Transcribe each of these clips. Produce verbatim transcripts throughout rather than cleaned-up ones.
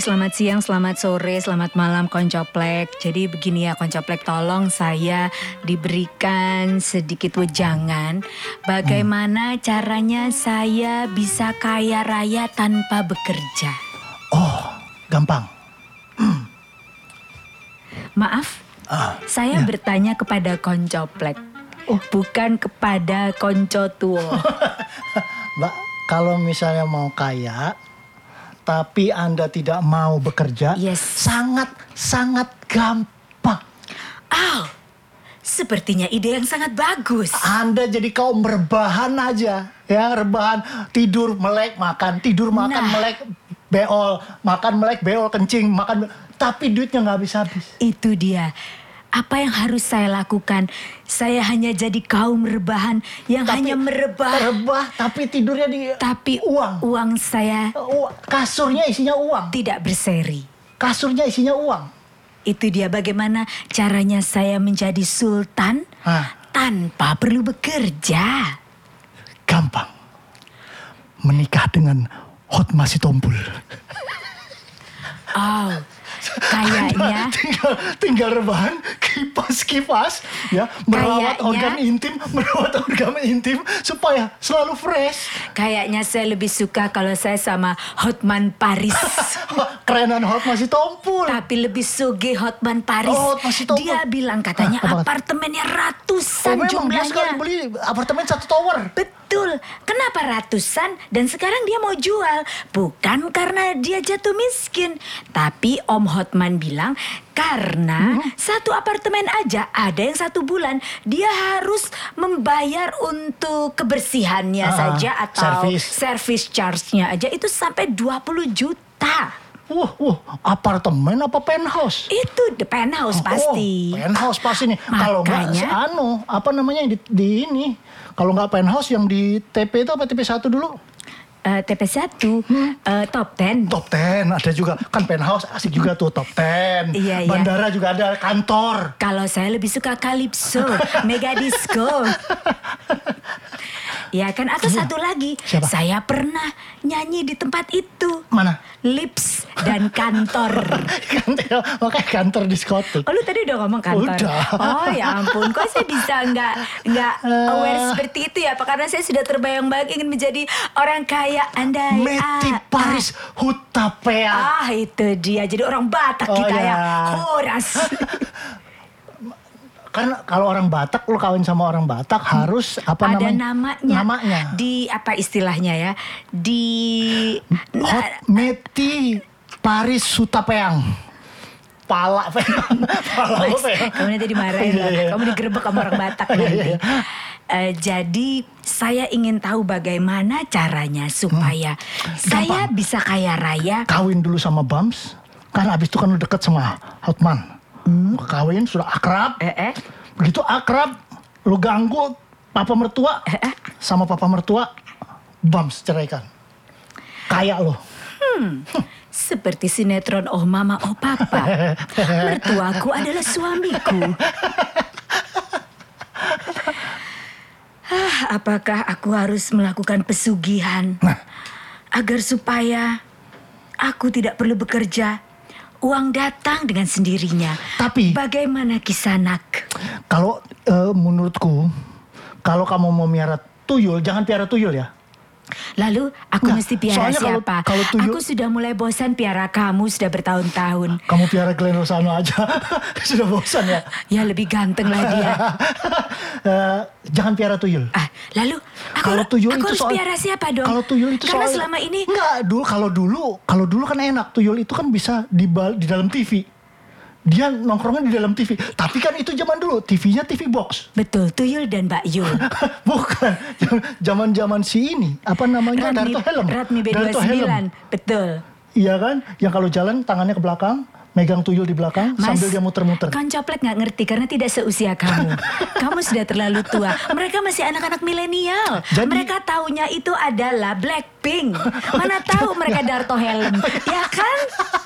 selamat siang, selamat sore, selamat malam Koncoplek. Jadi begini ya Koncoplek, tolong saya diberikan sedikit wejangan. Bagaimana caranya saya bisa kaya raya tanpa bekerja? Oh, gampang. Maaf, Ah, saya ya. bertanya kepada Koncoplek, Oh. bukan kepada Konco Tuo. Mbak, kalau misalnya mau kaya, tapi Anda tidak mau bekerja, Yes. sangat-sangat gampang. Oh, sepertinya ide yang sangat bagus. Anda jadi kaum rebahan aja, ya rebahan, tidur melek makan, tidur makan Nah. melek beol, makan melek beol kencing, makan, tapi duitnya nggak habis-habis. Itu dia. Apa yang harus saya lakukan? Saya hanya jadi kaum rebahan yang Tapi hanya merebah. Rebah, tapi tidurnya di Tapi uang. uang saya U- Kasurnya isinya uang. tidak berseri. Kasurnya isinya uang. Itu dia bagaimana caranya saya menjadi sultan Hah. tanpa perlu bekerja. Gampang. Menikah dengan Hotma Sitompul. Oh, kayaknya tinggal tinggal rebahan, kipas-kipas, ya, merawat Kayaknya- organ intim, merawat organ intim supaya selalu fresh. kayaknya saya lebih suka kalau saya sama Hotman Paris. Kerenan Hotma Sitompul. Tapi lebih suge Hotman Paris. Oh, masih tahu. Dia bilang katanya Hah, apa? apartemennya Oh, ratusan memang dia sekali jumlahnya. beli apartemen satu tower. Betul, kenapa ratusan dan sekarang dia mau jual? Bukan karena dia jatuh miskin, tapi Om Hotman bilang karena Hmm. satu apartemen aja ada yang satu bulan dia harus membayar untuk kebersihannya Ah, saja atau servis. service charge-nya aja itu sampai dua puluh juta. Wah, wah, apartemen apa penthouse? Itu the penthouse pasti. Oh, penthouse pasti nih. Kalau nggak Makanya- anu, apa namanya di, di ini? Kalau nggak penthouse yang di T P itu apa T P satu dulu? Eh, T P satu, eh, top ten. Top ten ada juga. Kan penthouse asik juga tuh top ten. Iya, iya. Bandara juga ada, kantor. Kalau saya lebih suka Calypso, Mega Disco. Ya kan, atau satu lagi, Siapa? saya pernah nyanyi di tempat itu. Mana? Lips dan kantor. Kantor, makanya kantor diskotik. Oh, lu tadi udah ngomong kantor? Udah. Oh ya ampun, kok saya bisa nggak nggak aware Eh. seperti itu ya? Apa karena saya sudah terbayang-bayang ingin menjadi orang kaya andai Meti ah, Paris Hutapea. Ah, itu dia. Jadi orang Batak Oh, kita ya. ya. Horas. Karena kalau orang Batak, lu kawin sama orang Batak harus apa Ada namanya? namanya. Namanya. Di apa istilahnya ya? Di Hot Meti Paris Sutapeang. Pala peang. Pala Mas, peang. kamu nanti dimarahin Iya, loh. iya. Kamu digerebek sama orang Batak Iya, nanti. iya. Eh, jadi saya ingin tahu bagaimana caranya supaya saya bisa kaya raya. Kawin dulu sama Bams. Kan abis itu kan lu deket sama Hotman. Kawin sudah akrab. Eh, eh. Begitu akrab, lu ganggu papa mertua sama papa mertua, Bams ceraikan. Kaya lo. Seperti sinetron Oh Mama Oh Papa. Mertuaku adalah suamiku. Ah, apakah aku harus melakukan pesugihan Nah. agar supaya aku tidak perlu bekerja? Uang datang dengan sendirinya. Tapi- bagaimana Kisanak? Kalau eh, menurutku, kalau kamu mau miara tuyul, jangan piara tuyul ya. Lalu aku Nah, mesti piara soalnya kalau- siapa? kalau tuyul- Aku sudah mulai bosan piara kamu sudah bertahun-tahun. Kamu piara Glenn Rosano aja, sudah bosan ya. Ya lebih ganteng lah dia. Eh, jangan piara tuyul. Ah, lalu aku, Kalau tuyul aku itu harus soal- piara siapa dong? Kalau tuyul itu Karena soal- selama ini Enggak, dulu kalau dulu, kalau dulu kan enak. Tuyul itu kan bisa di bal- di dalam T V. Dia nongkrongnya di dalam T V. Tapi kan itu zaman dulu, T V-nya T V box. betul Tuyul dan Mbak Yul. Bukan. Zaman-zaman si ini, apa namanya? Radmi, Darto Helm. Radmi B dua Darto puluh sembilan. Helm. Betul. Iya kan? Yang kalau jalan tangannya ke belakang, megang tuyul di belakang Mas, sambil dia muter-muter. Koncoplek nggak ngerti karena tidak seusia kamu. Kamu sudah terlalu tua. Mereka masih anak-anak milenial. Jadi- Mereka taunya itu adalah Blackpink. Mana tahu mereka Darto Helm, ya kan?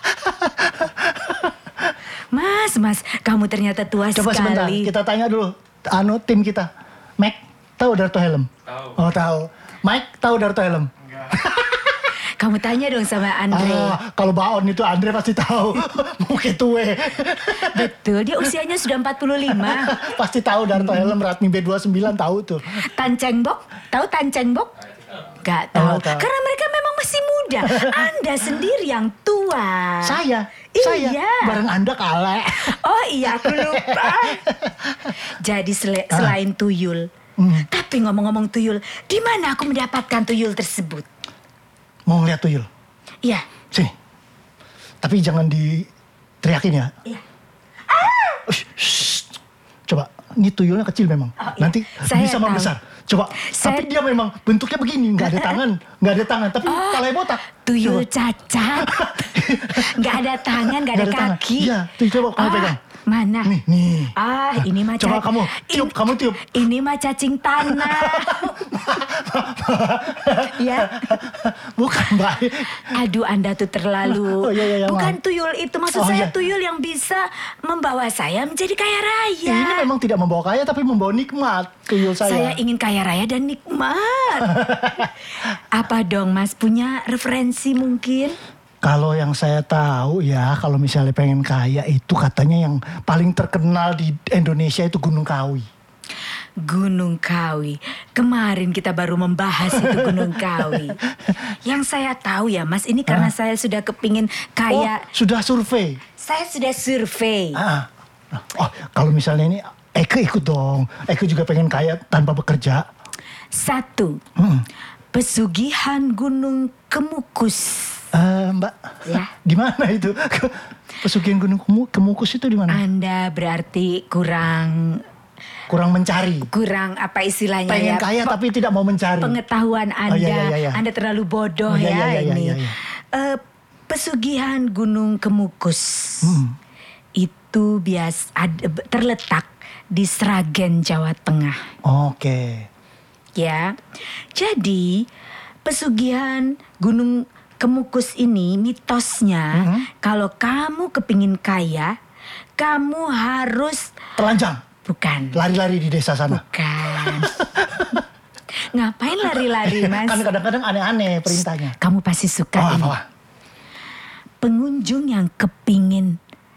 Mas, mas, kamu ternyata tua Coba sebentar, sekali. kita tanya dulu anu tim kita. Mac, tahu Darto Helm? Tahu. Oh, tahu. Mike, tahu Darto Helm? Kamu tanya dong sama Andre. Ah, kalau Baon itu Andre pasti tahu. Mungkin tue. Betul, dia usianya sudah empat puluh lima. Pasti tahu Darto Helm, Ratmi B dua puluh sembilan tahu tuh. Tancengbok, tahu Tancengbok? Gak tahu. Oh, tahu. Karena mereka memang masih muda. Anda sendiri yang tua. Saya, Iya. saya bareng Anda kalah. Oh iya, aku lupa. Jadi sel- selain tuyul, Hmm. tapi ngomong-ngomong tuyul, di mana aku mendapatkan tuyul tersebut? Mau ngeliat tuyul? Iya. Sini. Tapi jangan diteriakin ya. Iya. Ush, shh. Coba, ini tuyulnya kecil memang. Oh, iya. Nanti Saya bisa tahu. membesar. Coba, Saya- tapi dia memang bentuknya begini, nggak ada tangan, nggak ada tangan, tapi Oh, palanya botak. tuyul Coba. cacat. Gak ada tangan, gak ada Nggak tangan. kaki. Iya, tuh coba kamu Ah, pegang. Mana? Nih, nih. Ah, ini mah Coba ca- kamu tiup, in- kamu tiup. Ini mah cacing tanah. Ya. Bukan, Mbak. Aduh, Anda tuh terlalu. Oh, iya, iya, iya, Bukan maaf. tuyul itu, maksud Oh, saya iya. tuyul yang bisa membawa saya menjadi kaya raya. Ini memang tidak membawa kaya, tapi membawa nikmat tuyul saya. Saya ingin kaya raya dan nikmat. Apa dong, Mas? Punya referensi mungkin? Kalau yang saya tahu ya, kalau misalnya pengen kaya itu katanya yang paling terkenal di Indonesia itu Gunung Kawi. Gunung Kawi. Kemarin kita baru membahas itu Gunung Kawi. Yang saya tahu ya, Mas, ini karena saya sudah kepingin kaya. Oh, sudah survei. Saya sudah survei. Ah. Oh, kalau misalnya ini Eke ikut dong. Eke juga pengen kaya tanpa bekerja. Satu, Hmm. pesugihan Gunung Kemukus. Eh, Mbak, Ya. di mana itu? Pesugihan Gunung Kemu- Kemukus itu di mana? Anda berarti kurang Kurang mencari. kurang apa istilahnya Pengen ya? kaya pe- tapi tidak mau mencari. Pengetahuan Anda, Oh, iya, iya, iya. Anda terlalu Oh, bodoh iya, ya iya, iya, ini. iya, iya. Eh, pesugihan Gunung Kemukus Hmm. itu bias ad- terletak di Sragen, Jawa Tengah. Oke. Ya, jadi pesugihan Gunung Kemukus ini mitosnya Mhm. kalau kamu kepingin kaya, kamu harus Telanjang. bukan, Lari-lari di desa sana. bukan. Ngapain lari-lari, Mas? Kan kadang-kadang aneh-aneh perintahnya. Kamu pasti suka Oh, ini. apa? Pengunjung yang kepingin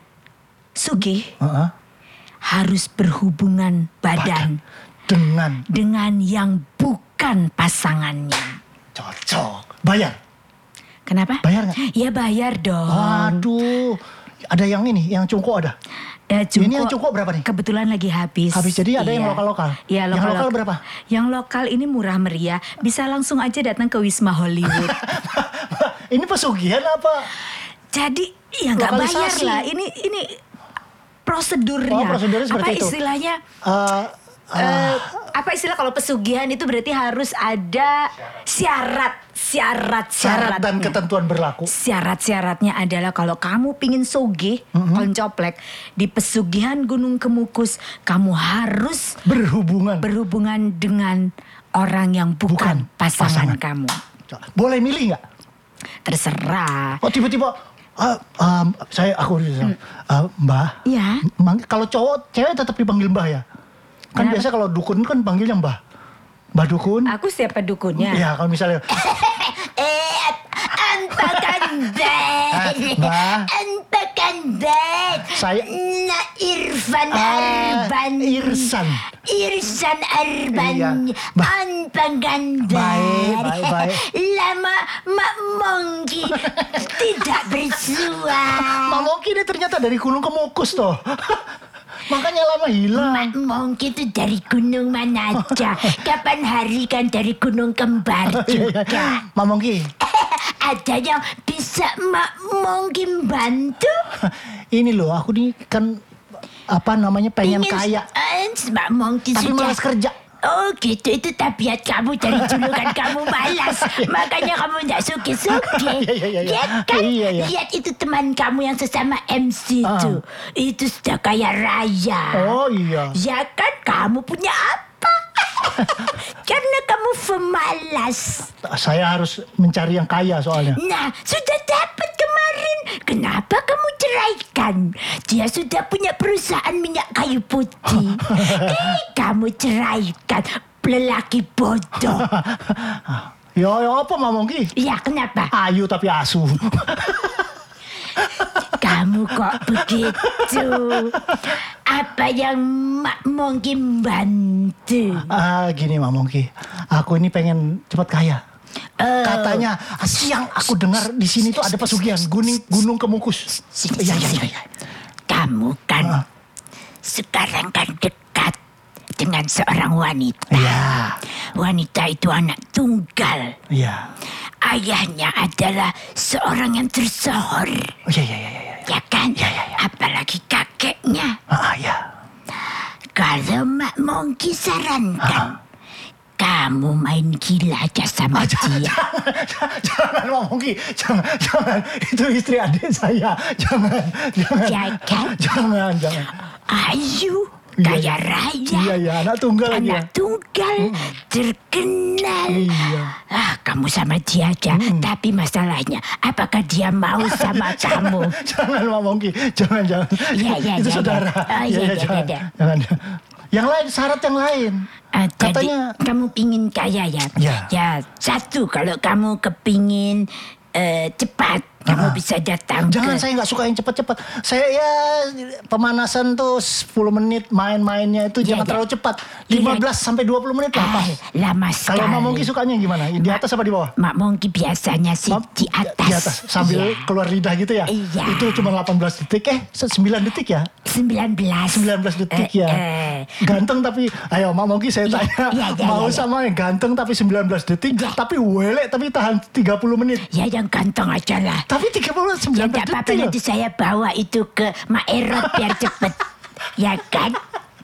sugih Heeh. harus berhubungan badan, Dengan dengan yang bukan pasangannya. cocok. Bayar. Kenapa? Bayar nggak? Ya bayar dong. Waduh. Ada yang ini, yang cungko ada. Eh, Ini yang cungko berapa nih? Kebetulan lagi habis. Habis, jadi ada yang Iya. lokal-lokal? Iya, Yang lokal. lokal berapa? Yang lokal ini murah meriah. Bisa langsung aja datang ke Wisma Hollywood. Ini pesugihan apa? Jadi ya nggak bayar Lokalisasi. lah. Ini ini prosedurnya. Oh, prosedurnya seperti apa itu. istilahnya? Eh, Eh, apa istilah kalau pesugihan itu berarti harus ada syarat, syarat, syarat dan syaratnya. ketentuan berlaku. Syarat-syaratnya adalah kalau kamu pingin sugih, koncoplek di pesugihan Gunung Kemukus, kamu harus Berhubungan. berhubungan dengan orang yang bukan, Bukan pasangan. pasangan, kamu. Boleh milih nggak? Terserah. Oh, tiba-tiba ah, um, saya aku Hmm. ah, Mbah. Ya. Mang- kalau cowok cewek tetap dipanggil Mbah ya? Kan Kenapa? biasa kalau dukun kan panggilnya Mbah. Mbah dukun. Aku siapa dukunnya? Ya kalau misalnya Eh, anta kandet. Mbah. Anta kandet. Saya- Nah, Irfan Ah, Arban. Irsan. Irsan Arban. Iya. Mbah. Anta kandet. Baik, baik, baik. Lama Mak Mongki tidak bersua. Mamoki ini ternyata dari Gunung Kemukus toh. Makanya lama hilang. Mak Mongki itu dari gunung mana aja. Kapan hari kan dari gunung kembar juga. Mamoki. Ada yang bisa Mak Mongki bantu? Ini loh aku nih kan apa namanya pengen Ingin- kaya. Eh, Mak Mongki Tapi sudah. malas kerja. Oh gitu, itu tabiat kamu dari julukan kamu malas. Makanya kamu gak suki-suki. Iya, iya, iya, iya. Lihat kan, Iya, iya. lihat itu teman kamu yang sesama M C Ah. itu. Itu sudah kaya raya. Oh iya. Ya kan, kamu punya apa? Karena kamu pemalas. Saya harus mencari yang kaya soalnya. Nah, sudah dapat kemarin. Kenapa kamu ceraikan? Dia sudah punya perusahaan minyak kayu putih. Eh, kamu ceraikan. Lelaki bodoh. Ya, ya apa Mak Mongki? Iya, kenapa? Ayu tapi asu. Kamu kok begitu? Apa yang Mak Mongki bantu? Ah, gini Mak Mongki, aku ini pengen cepat kaya. Oh. Katanya siang aku dengar di sini tuh ada pesugihan gunung Gunung Kemukus. Iya iya iya. Ya. Kamu kan Ah. sekarang kan dekat dengan seorang wanita. Iya. Wanita itu anak tunggal. Iya. Ayahnya adalah seorang yang tersohor. Oh iya iya iya iya. Ya kan? Iya, iya, iya. Apalagi kakeknya. Ah iya. Kalau Mak Mongki sarankan, Ah. kamu main gila aja sama dia. Jangan, jangan Mak Mongki, jangan, jangan. Itu istri adik saya. Jangan, jangan. Jangan. Jangan, jangan. Ayu, Iya, kaya iya. raya. Iya, iya, anak tunggal lagi ya. Anak tunggal, terkenal. Iya. Ah, kamu sama dia aja. Tapi masalahnya, apakah dia mau sama kamu? Jangan Mak Mongki, jangan, jangan. Iya, iya, Itu iya, saudara. iya. Oh, iya, iya, jangan, iya. jangan. Yang lain, syarat yang lain. Ah, jadi Katanya- kamu pingin kaya ya? Ya. Ya, satu kalau kamu kepingin eh, cepat, kamu Ah. bisa datang Jangan, ke... saya nggak suka yang cepat-cepat. Saya ya pemanasan tuh sepuluh menit main-mainnya itu Iya, jangan iya. terlalu cepat. Iya. lima belas sampai dua puluh menit lah Ah, pas. lama sekali. Kalau Mak Mongki sukanya gimana? Di atas apa di bawah? Mak Mongki biasanya sih Mak- di atas. Di atas sambil Iya. keluar lidah gitu ya. Iya. Itu cuma delapan belas detik eh sembilan detik ya. sembilan belas. sembilan belas detik Eh, ya. eh. Ganteng tapi ayo Mak Mongki saya Iya, tanya iya, iya, mau iya, iya. sama yang ganteng tapi sembilan belas detik Iya. tapi welek tapi tahan tiga puluh menit. Ya yang ganteng aja lah. Tapi tiga puluh Ya sembilan belas tidak apa-apa, detik loh. nanti saya bawa itu ke Mak Erot biar cepet. Ya kan?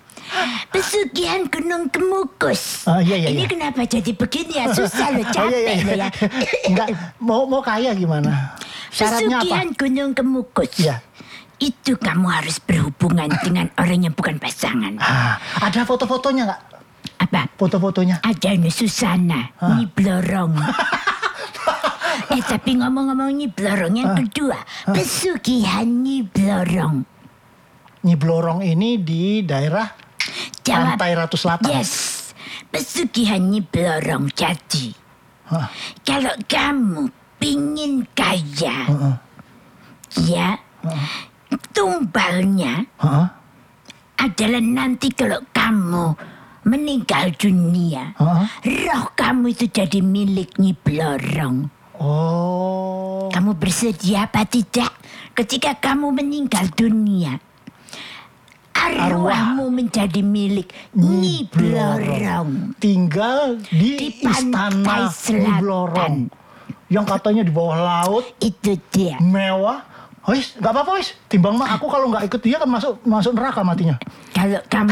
Pesugihan Gunung Kemukus. Ah, iya, iya, Ini iya. kenapa jadi begini ya? Susah loh, Oh, capek iya, iya. loh ya. Enggak, mau mau kaya gimana? Syaratnya apa? Pesugihan Gunung Kemukus. Iya. Itu kamu harus berhubungan dengan orang yang bukan pasangan. Ah, ada foto-fotonya nggak? Apa? Foto-fotonya? Ada nih Susana, Hah? Nyi Blorong. eh tapi ngomong-ngomong Nyi Blorong yang kedua, pesugihan Nyi Blorong. Nyi Blorong ini di daerah Jawab. Pantai Ratu Selatan. Yes, pesugihan Nyi Blorong. Jadi, Hah, kalau kamu pingin kaya, heeh, ya, tumbalnya heeh, adalah nanti kalau kamu meninggal dunia, heeh. roh kamu itu jadi milik Nyi Blorong. Oh, Kamu bersedia apa tidak? Ketika kamu meninggal dunia, arwahmu menjadi milik Nyi Blorong. tinggal di, Di pantai istana Nyi selatan. Blorong. Yang katanya di bawah laut, Itu dia. mewah. Wis, nggak apa-apa wis. Timbang mah aku kalau nggak ikut dia kan masuk masuk neraka matinya. Kalau kamu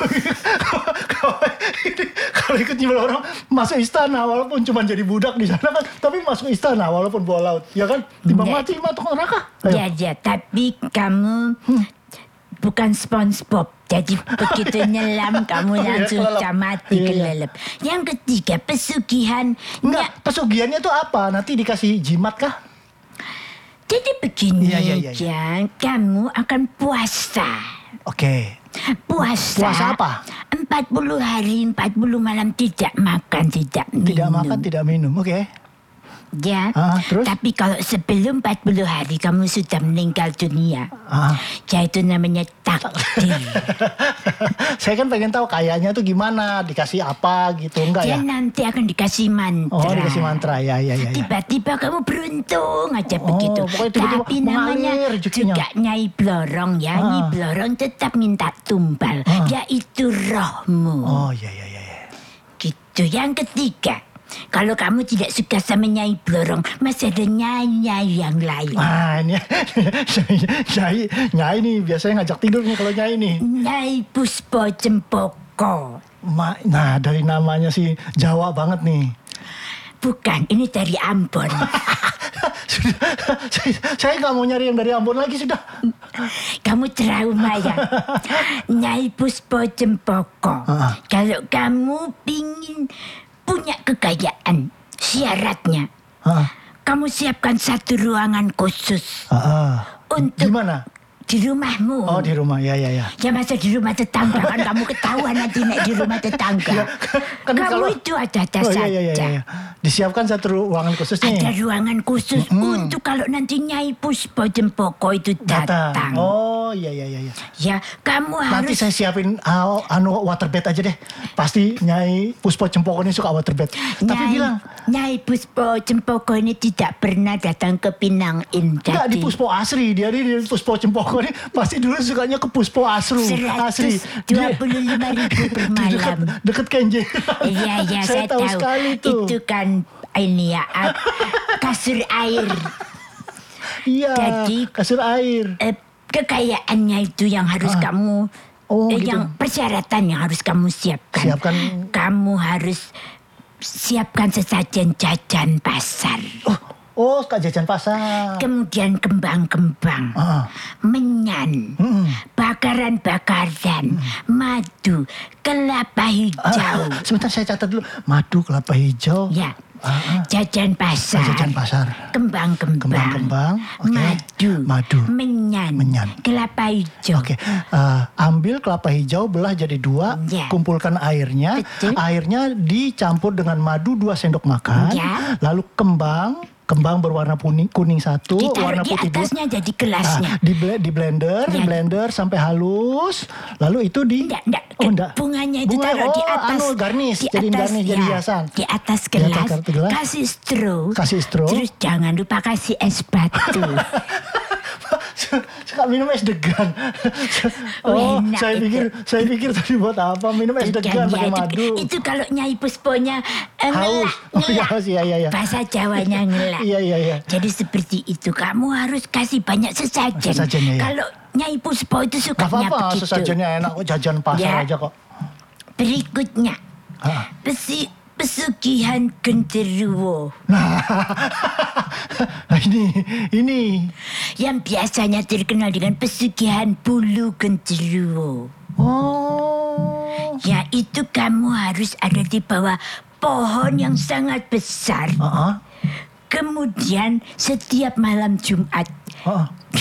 Kalau ikut Nyi Blorong masuk istana walaupun cuma jadi budak di sana kan, tapi masuk istana walaupun bawah laut, ya kan? Timbang Ya. mati masuk neraka. Ayo. ya ya, tapi kamu bukan SpongeBob. Jadi begitu nyelam kamu Oh, iya, langsung kelelep. bisa mati Iya, iya. kelelep. Yang ketiga pesugihan. Enggak, pesugihannya itu apa? Nanti dikasih jimat kah? Jadi begini, Iya, iya, iya, iya. Jang, kamu akan puasa. Oke. Puasa. Puasa apa? empat puluh hari, empat puluh malam tidak makan, tidak minum. Tidak makan, tidak minum. Oke. Ya. Ah, terus? Tapi kalau sebelum empat puluh hari kamu sudah meninggal dunia. Ah. Ya itu namanya takdir. Saya kan pengen tahu kayaknya tuh gimana, dikasih apa gitu, enggak Dia ya? nanti akan dikasih mantra. Oh, dikasih mantra. Ya, ya, ya, ya. Tiba-tiba kamu beruntung aja Oh, begitu. pokoknya tiba-tiba Tapi namanya mengalir rezekinya. juga Nyai Blorong ya. Ah. Nyai Blorong tetap minta tumbal. Ah. Yaitu rohmu. Oh, ya, ya, ya, ya. Gitu. Yang ketiga. Kalau kamu tidak suka sama Nyai Blorong, masih ada nyai-nyai yang lain. Ah, ini nyai, nyai nih biasanya ngajak tidur nih kalau nyai nih. Nyai Puspo Cempoko. Ma, nah, dari namanya sih Jawa banget nih. Bukan, ini dari Ambon. Sudah, saya, saya nggak mau nyari yang dari Ambon lagi sudah. Kamu trauma ya. Nyai Puspo Cempoko. Ah. Kalau kamu pingin punya kekayaan, syaratnya Ah, kamu siapkan satu ruangan khusus ah, ah. untuk Gimana? Di rumahmu. Oh di rumah, ya ya ya. Ya masa di rumah tetangga kan kamu ketahuan nanti nek di rumah tetangga. Kan kamu kalau- itu ada-ada Oh saja. iya iya iya. iya. Disiapkan satu ruangan khusus nih. Ada ruangan khusus untuk kalau nanti Nyai Puspo Jempoko itu datang. Oh iya iya iya. iya. Ya, kamu Nanti harus saya siapin uh, anu waterbed aja deh. Pasti Nyai Puspo Cempoko ini suka waterbed. Tapi Nyai, bilang Nyai Puspo Jempoko ini tidak pernah datang ke Pinang Indah. enggak di Puspo Asri. Dia di di Puspo Cempoko ini pasti dulu sukanya ke Puspo Asru. Asri. seratus dua puluh lima ribu per Di malam. Deket, deket Kenje. Iya, iya, saya, saya, tahu sekali tuh. Itu kan ini ya, ah, kasur air. Iya. Jadi- kasur air. Eh, kekayaannya itu yang harus kamu, Oh, eh, gitu. yang persyaratan yang harus kamu siapkan. Siapkan. Kamu harus siapkan sesajen jajan pasar. Oh, oh Kak Jajan Pasar. Kemudian kembang-kembang, Ah. menyan, Mm-mm. bakaran-bakaran, madu, kelapa Ah, hijau. sebentar saya catat dulu. Madu, kelapa hijau. Ya, Ah, ah. jajan pasar. Jajan pasar. Kembang-kembang, Kembang-kembang, oke. madu, Madu. menyan, Menyan. kelapa hijau. Oke, eh, ambil kelapa hijau, belah jadi dua, Ya. kumpulkan airnya. Betul. Airnya dicampur dengan madu dua sendok makan. Ya. Lalu kembang, kembang berwarna kuning, kuning satu, warna Ditaruh di putih dua. atasnya jadi gelasnya. Ah, di, ble- di blender, Ya. di blender sampai halus. Lalu itu di Enggak, enggak. Oh, enggak. Bunganya itu Bunga, taruh di oh, atas. anu, garnish, di jadi atas, garnish, jadi ya, hiasan. Di atas Di atas gelas. gelas. Kasih straw. Kasih straw. Terus jangan lupa kasih es batu. Suka minum es degan. Oh, enak saya itu. pikir saya pikir tadi buat apa? Minum es Itu degan kan, pakai ya, itu, madu. itu kalau Nyai Pusponya eh, Haus. ngelak, Oh, iya, ngelak. haus, iya, iya, iya. Bahasa Jawanya ngelak. Iya, iya, iya. Jadi seperti itu kamu harus kasih banyak sesajen. Sesajen, ya, ya. Kalau Nyai Puspo itu Gak sukanya apa-apa, begitu. sesajennya enak kok, jajan pasar Ya. aja kok. Berikutnya, Ah. pesi, pesugihan genderuwo. Nah, nah ini, ini. Yang biasanya terkenal dengan pesugihan bulu genderuwo. Oh. Ya itu kamu harus ada di bawah pohon yang sangat besar. Ah, Kemudian setiap malam Jumat, ah.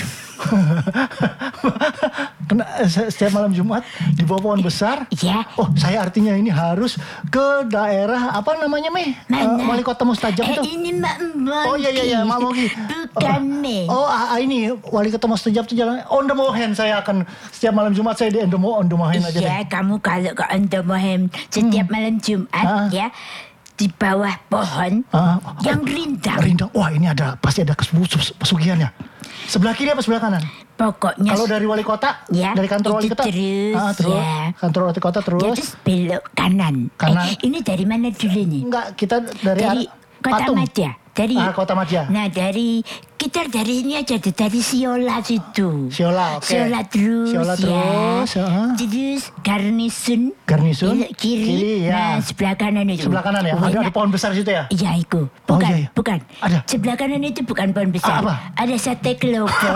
Kena eh, se- setiap malam Jumat di bawah pohon besar. ya, Oh, saya artinya ini harus ke daerah apa namanya, Meh? Mana? Eh, Wali Kota Mustajab eh, itu. ini Mak Monkey. Oh iya iya iya, Mak Mogi. Bukan Meh. Oh, ah, ah, ini Wali Kota Mustajab itu jalan On the Mohen. Saya akan setiap malam Jumat saya di On the Mo- On the Mohen aja deh. Iya, kamu kalau ke Ondomohem setiap malam Jumat Ah. ya di bawah pohon Ah, yang oh, rindang. Rindang. Wah, ini ada pasti ada kesu- pesugihannya. Sebelah kiri apa sebelah kanan? Pokoknya Kalau dari wali kota, Ya, dari kantor wali itu kota, terus, ah, terus ya. kantor wali kota ya, terus. terus belok kanan. Kanan. Eh, ini dari mana dulu nih? Enggak, kita dari, Dari ar- Kota Patung. Madya. Dari Ah, Kota Madya. Nah, dari kita dari ini aja deh, dari Siola situ. Siola, oke. Siola terus. Siola ya. terus, ah. Terus Garnisun. Garnisun, Belok kiri. kiri, ya. Nah, sebelah kanan itu. Sebelah kanan ya, Oh, ada, ada enak. pohon besar situ ya. Iya, itu. Bukan, iya, iya. bukan. Ada. Sebelah kanan itu bukan pohon besar. Ah, apa? Ada sate kelopo.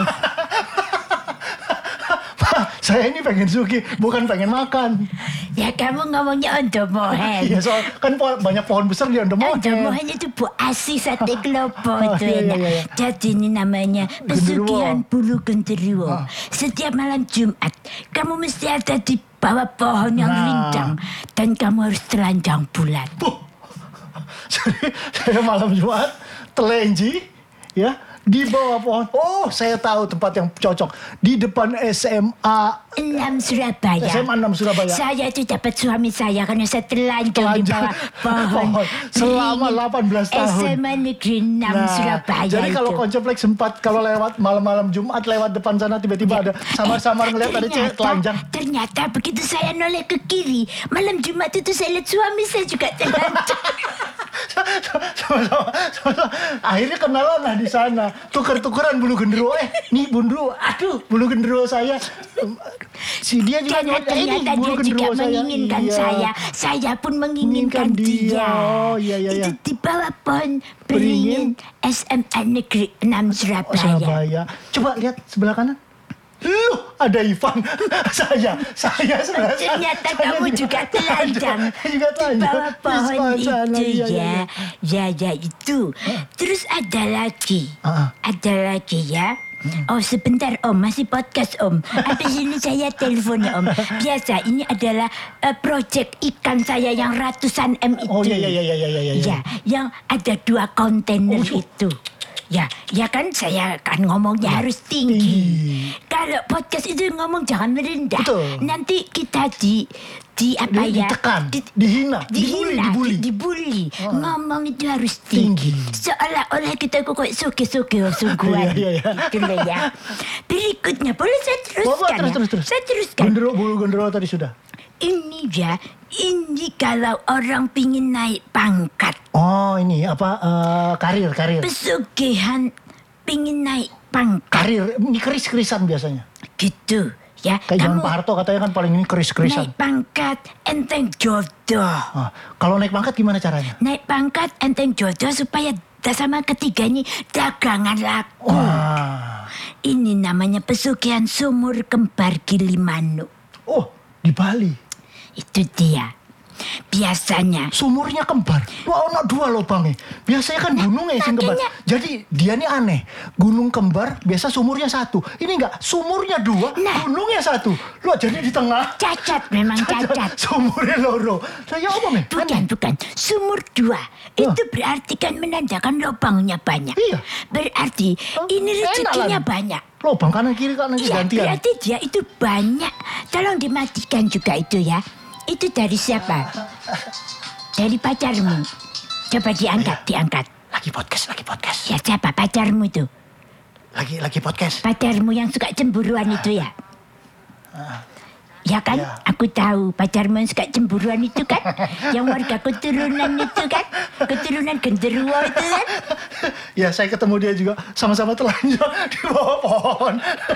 Saya ini pengen suki, bukan pengen makan. Ya, kamu ngomongnya Ondomohen. Iya, soal kan po- banyak pohon besar di Ondomohen. Ondomohen itu Bu Asi sate kelopo Oh, itu iya, iya, enak. iya, iya. Jadi ini namanya pesugihan bulu genderuwo. Ah. Setiap malam Jumat kamu mesti ada di bawah pohon yang Nah. rindang dan kamu harus telanjang bulat. Puh. Jadi saya malam Jumat telenji ya di bawah pohon. Oh, saya tahu tempat yang cocok di depan S M A enam Surabaya. S M A enam Surabaya. Saya itu dapat suami saya karena saya telanjang di Telanjang. bawah pohon. Pohon. Selama Beringin. delapan belas tahun. S M A Negeri enam Surabaya jadi kalau itu. koncoplek sempat kalau lewat malam-malam Jumat lewat depan sana tiba-tiba ada samar-samar ngeliat ada cewek telanjang. Ternyata begitu saya noleh ke kiri, malam Jumat itu saya lihat suami saya juga telanjang. Sama-sama, sama-sama. Akhirnya kenalan lah di sana. Tuker-tukeran bulu genderuwo. Eh, nih bulu, aduh, bulu genderuwo saya. Si dia juga Karena nyuruh, eh, ini ternyata bulu dia juga genderuwo saya. menginginkan Iya. saya. Saya pun menginginkan Menginginkan dia. dia. Oh, iya, iya, iya. Itu di bawah pohon Beringin. beringin S M A Negeri enam Oh, Surabaya. Surabaya. Coba lihat sebelah kanan. Loh, ada Ivan. saya, saya sebelah sana. Ternyata Saya kamu juga telanjang juga di telanjang. bawah pohon Di sebelah sana, itu iya, iya, ya. iya. Ya, ya itu. Terus ada lagi. Ah, ah. Ada lagi ya. Oh sebentar Om, masih podcast Om. Habis ini saya telepon ya Om. Biasa ini adalah uh, project ikan saya yang ratusan M itu. Oh iya iya iya iya iya. Ya, yang ada dua kontainer Oh, itu. Ya, ya kan saya kan ngomongnya harus tinggi. Tinggi. Kalau podcast itu ngomong jangan merendah. Betul. Nanti kita di di apa Di- ya? ditekan, dihina, dibully, dihina, dibully. di- dibully. Oh. Ngomong itu harus tinggi. Tinggi. Seolah-olah kita kok suke-suke sungguhan. Iya, iya, iya. Gitu loh ya. Berikutnya boleh saya teruskan Bawa, bawa, terus, ya? terus, terus. Saya teruskan. Gendero, bulu gendero tadi sudah. Ini ya, ini kalau orang pingin naik pangkat. Oh ini apa eh, karir karir Pesugihan pingin naik pangkat. karir ini keris kerisan biasanya. Gitu ya. Kayak zaman Kamu Pak Harto katanya kan paling ini keris kerisan. naik pangkat enteng jodoh. Ah, kalau naik pangkat gimana caranya? Naik pangkat enteng jodoh supaya da- sama ketiga ini dagangan laku. Wah, Ini namanya pesugihan sumur kembar Gilimanuk. oh di Bali Itu dia. Biasanya sumurnya kembar. Wah, ono dua lubangnya. Biasanya kan gunungnya sing kembar. makanya- Jadi dia ini aneh. Gunung kembar biasa sumurnya satu. Ini enggak, sumurnya dua, Nah. gunungnya satu. Lu jadi di tengah. cacat, memang cacat. Sumurnya loro. Saya apa nih? Bukan, bukan. Sumur dua. Itu berarti kan menandakan lubangnya banyak. Iya. Berarti Oh, ini enak rezekinya lah. banyak. Lubang kanan kiri kanan kiri Iya, gantian. berarti dia itu banyak. Tolong dimatikan juga itu ya. Itu dari siapa? Dari pacarmu. Coba diangkat, diangkat. Lagi podcast, lagi podcast. Ya siapa pacarmu itu? Lagi lagi podcast. Pacarmu yang suka cemburuan itu ya? Ya kan? Ya. Aku tahu pacarmu yang suka cemburuan itu kan? Yang warga keturunan itu kan? Keturunan genderuwo itu kan? Ya, saya ketemu dia juga sama-sama telanjang di bawah pohon.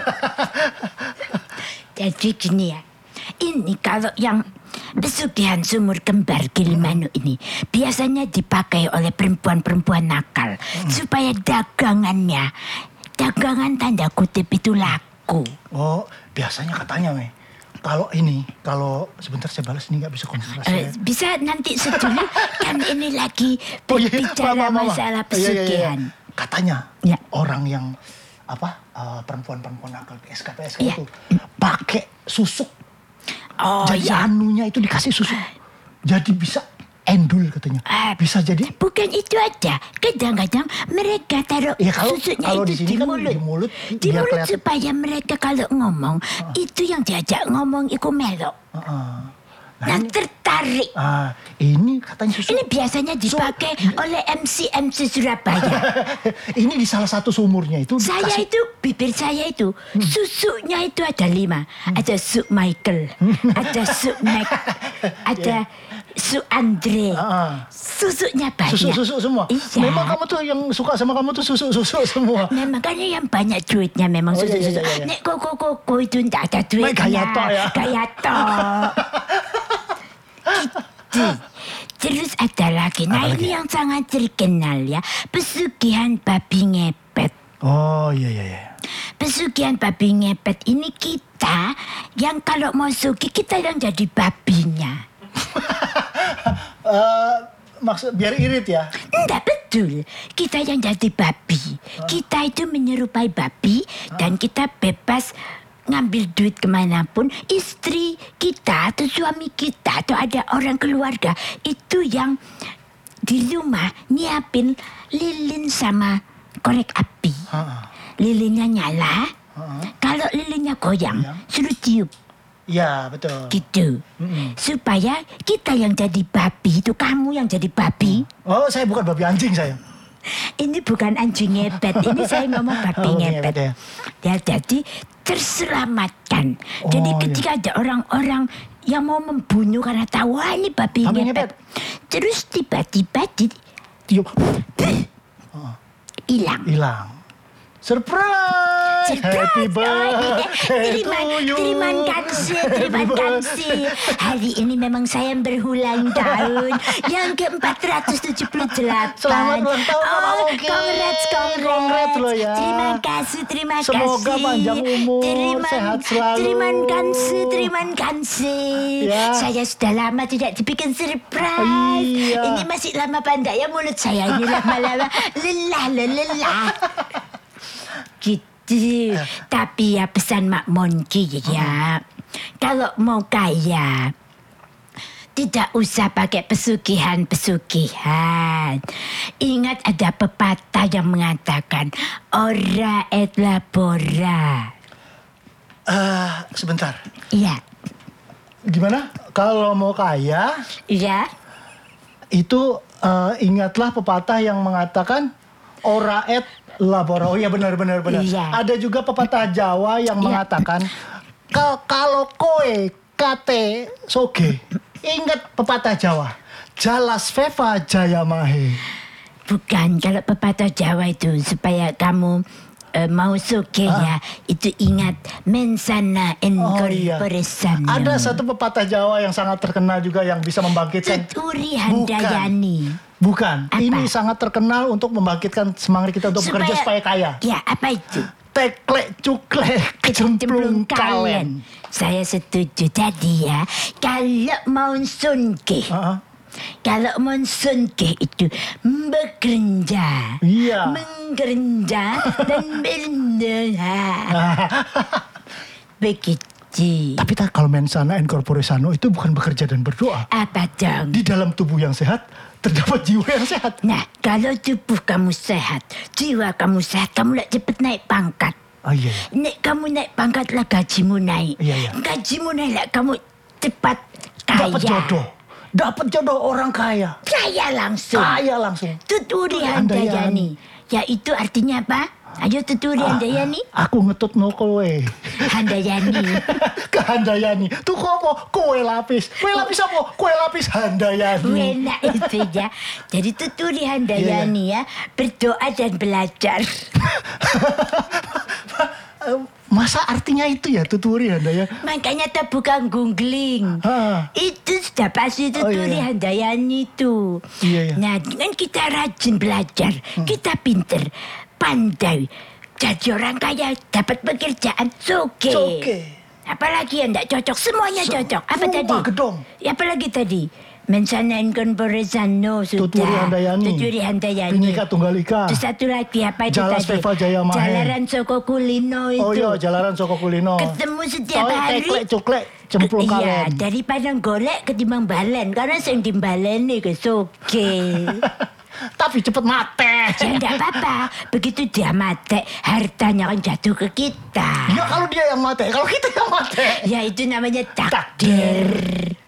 Jadi gini ya. Ini kalau yang pesugihan sumur kembar Gilimanuk ini biasanya dipakai oleh perempuan-perempuan nakal supaya dagangannya, dagangan tanda kutip itu laku. Oh, biasanya katanya, Mei. Kalau ini, kalau sebentar saya balas ini nggak bisa konsentrasi. Eh, ya. bisa nanti sedulu kan ini lagi Oh, iya. berbicara Maaf, maaf, maaf. masalah Iya, iya, iya. pesugihan. Katanya Ya. orang yang apa eh, perempuan-perempuan nakal P S K P S K Iya. itu pakai susuk. Oh Jadi ya. anunya itu dikasih susuk. Jadi bisa endul katanya. Ah, Bisa jadi. Bukan itu aja. Kadang-kadang mereka taruh Ya, kalau- susunya kalau itu di sini di kan mulut. di mulut, Di biar mulut kelihatan. supaya mereka kalau ngomong itu yang diajak ngomong itu melok. Heeh. Nah, Nah, ini, tertarik. ah, ini katanya susuk. Ini biasanya dipakai oleh M C M C Surabaya. Ini di salah satu sumurnya itu Saya dikasih- itu, bibir saya itu, susunya itu ada lima. Ada Su Michael, ada Su Mac, ada Su Andre. Ah. Susunya banyak. Susu-susu semua. Iya. Memang kamu tuh yang suka sama kamu tuh susu-susu semua. Nah, makanya yang banyak duitnya memang Oh, iya, susu-susu. iya, iya, iya. Nek koko-koko itu ndak ada duitnya. gaya tok ya. Gaya tok. Gitu. Terus ada lagi. Nah, Apa ini lagi? yang sangat terkenal ya. Pesugihan babi ngepet. Oh iya iya iya. Pesugihan babi ngepet ini kita yang kalau mau sugi kita yang jadi babinya. Eh, maksud biar irit ya. Enggak betul. Kita yang jadi babi. Kita itu menyerupai babi dan kita bebas ngambil duit kemanapun. Istri kita atau suami kita atau ada orang keluarga itu yang di rumah nyiapin lilin sama korek api. Heeh. Lilinnya nyala. Heeh. Kalau lilinnya goyang, Goyang. suruh tiup. Iya betul. Gitu. Mm-mm. Supaya kita yang jadi babi, itu kamu yang jadi babi. Oh saya bukan babi anjing saya. Ini bukan anjing ngepet, ini saya ngomong babi Oh, ngepet. ngepet ya. Ya, jadi terselamatkan. Oh, Jadi iya. ketika ada orang-orang yang mau membunuh karena tahu wah ini babi, Babi ngepet. ngepet. Terus tiba-tiba di- Tiup hilang. hilang. Surprise! Surprise! Happy Oh, birthday terima, to you. terima kasih, terima Happy kasih. Hari ini memang saya yang berulang tahun yang ke empat ratus tujuh puluh delapan. Selamat ulang tahun, Mama Oh, Oki. congrats, congrats. Congrats loh ya. Terima kasih, terima Semoga kasih. panjang umur, terima, sehat selalu. Terima kasih, terima kasih. Ya. Saya sudah lama tidak dibikin surprise. Iya. Ini masih lama pandai ya mulut saya ini lama-lama lelah, lelah, lelah. Gitu. itu. Tapi ya pesan Mak Monki ya. Kalau mau kaya, tidak usah pakai pesugihan-pesugihan. Ingat ada pepatah yang mengatakan, ora et labora. Ah, sebentar. Iya, Gimana? Kalau mau kaya, iya. itu eh, ingatlah pepatah yang mengatakan ora et labora. Oh iya benar benar benar. Iya. Ada juga pepatah Jawa yang Iya. mengatakan "Ka- kalau koe kate soge, ingat pepatah Jawa. Jalas veva jaya mahe. Bukan, kalau pepatah Jawa itu supaya kamu eh, mau suke ya, itu ingat mensana en Oh iya. corpore sano. Ada satu pepatah Jawa yang sangat terkenal juga yang bisa membangkitkan. Tuturi Handayani. Bukan. Apa? Ini sangat terkenal untuk membangkitkan semangat kita untuk bekerja supaya kaya. Ya, apa itu? Teklek cuklek kecemplung kalen. Saya setuju tadi ya. Kalau mau sunke, Heeh. kalau mau sunke itu bekerja, Iya. mengkerja dan berdoa. Begitu. Tapi tak kalau mensana in corpore sano itu bukan bekerja dan berdoa. Apa dong? Di dalam tubuh yang sehat terdapat jiwa yang sehat. Nah, kalau tubuh kamu sehat, jiwa kamu sehat, kamu lah cepat naik pangkat. Oh iya. Nek kamu naik pangkat lah gajimu naik. Iya, iya. Gajimu naik lah kamu cepat kaya. Dapat jodoh. Dapat jodoh orang kaya. Kaya langsung. Kaya langsung. Tuturi Tuturi Handayani. Handayani. Ya itu artinya apa? Ayo tuturi Ah, Handayani. Aku ngetut no kowe. Handayani. Ke Handayani. Tuh apa? Kue lapis. Kue lapis apa? Kue lapis Handayani. Enak itu ya. Jadi tuturi Handayani Iya, ya. Berdoa dan belajar. Eh, Masa artinya itu ya tuturi Handayani? Makanya tak bukan googling. Ah. Itu sudah pasti Oh, tuturi iya. Handayani itu. Iya, iya. Nah, dengan kita rajin belajar, kita pinter, pandai, jadi orang kaya, dapat pekerjaan, soge. Soge. Apalagi yang tidak cocok, semuanya cocok. Apa Rumah tadi? gedong. Ya, apalagi tadi? Mensana in corpore sano sudah. Tuturi Handayani. Tuturi Handayani. Bhinneka Tunggal Ika. Terus satu lagi apa itu Jalas tadi? Veva Jaya Mahe. Jalaran Soko Kulino itu. Oh iya, jalaran Soko Kulino. Ketemu setiap Oh, hari. teklek cuklek cemplung Iya, kalen. daripada golek ketimbang balen. Karena sing dimbalen nih kesoge. Tapi cepet mate. Ya enggak apa-apa. Begitu dia mati, hartanya akan jatuh ke kita. Ya kalau dia yang mate, kalau kita yang mate. Ya itu namanya takdir.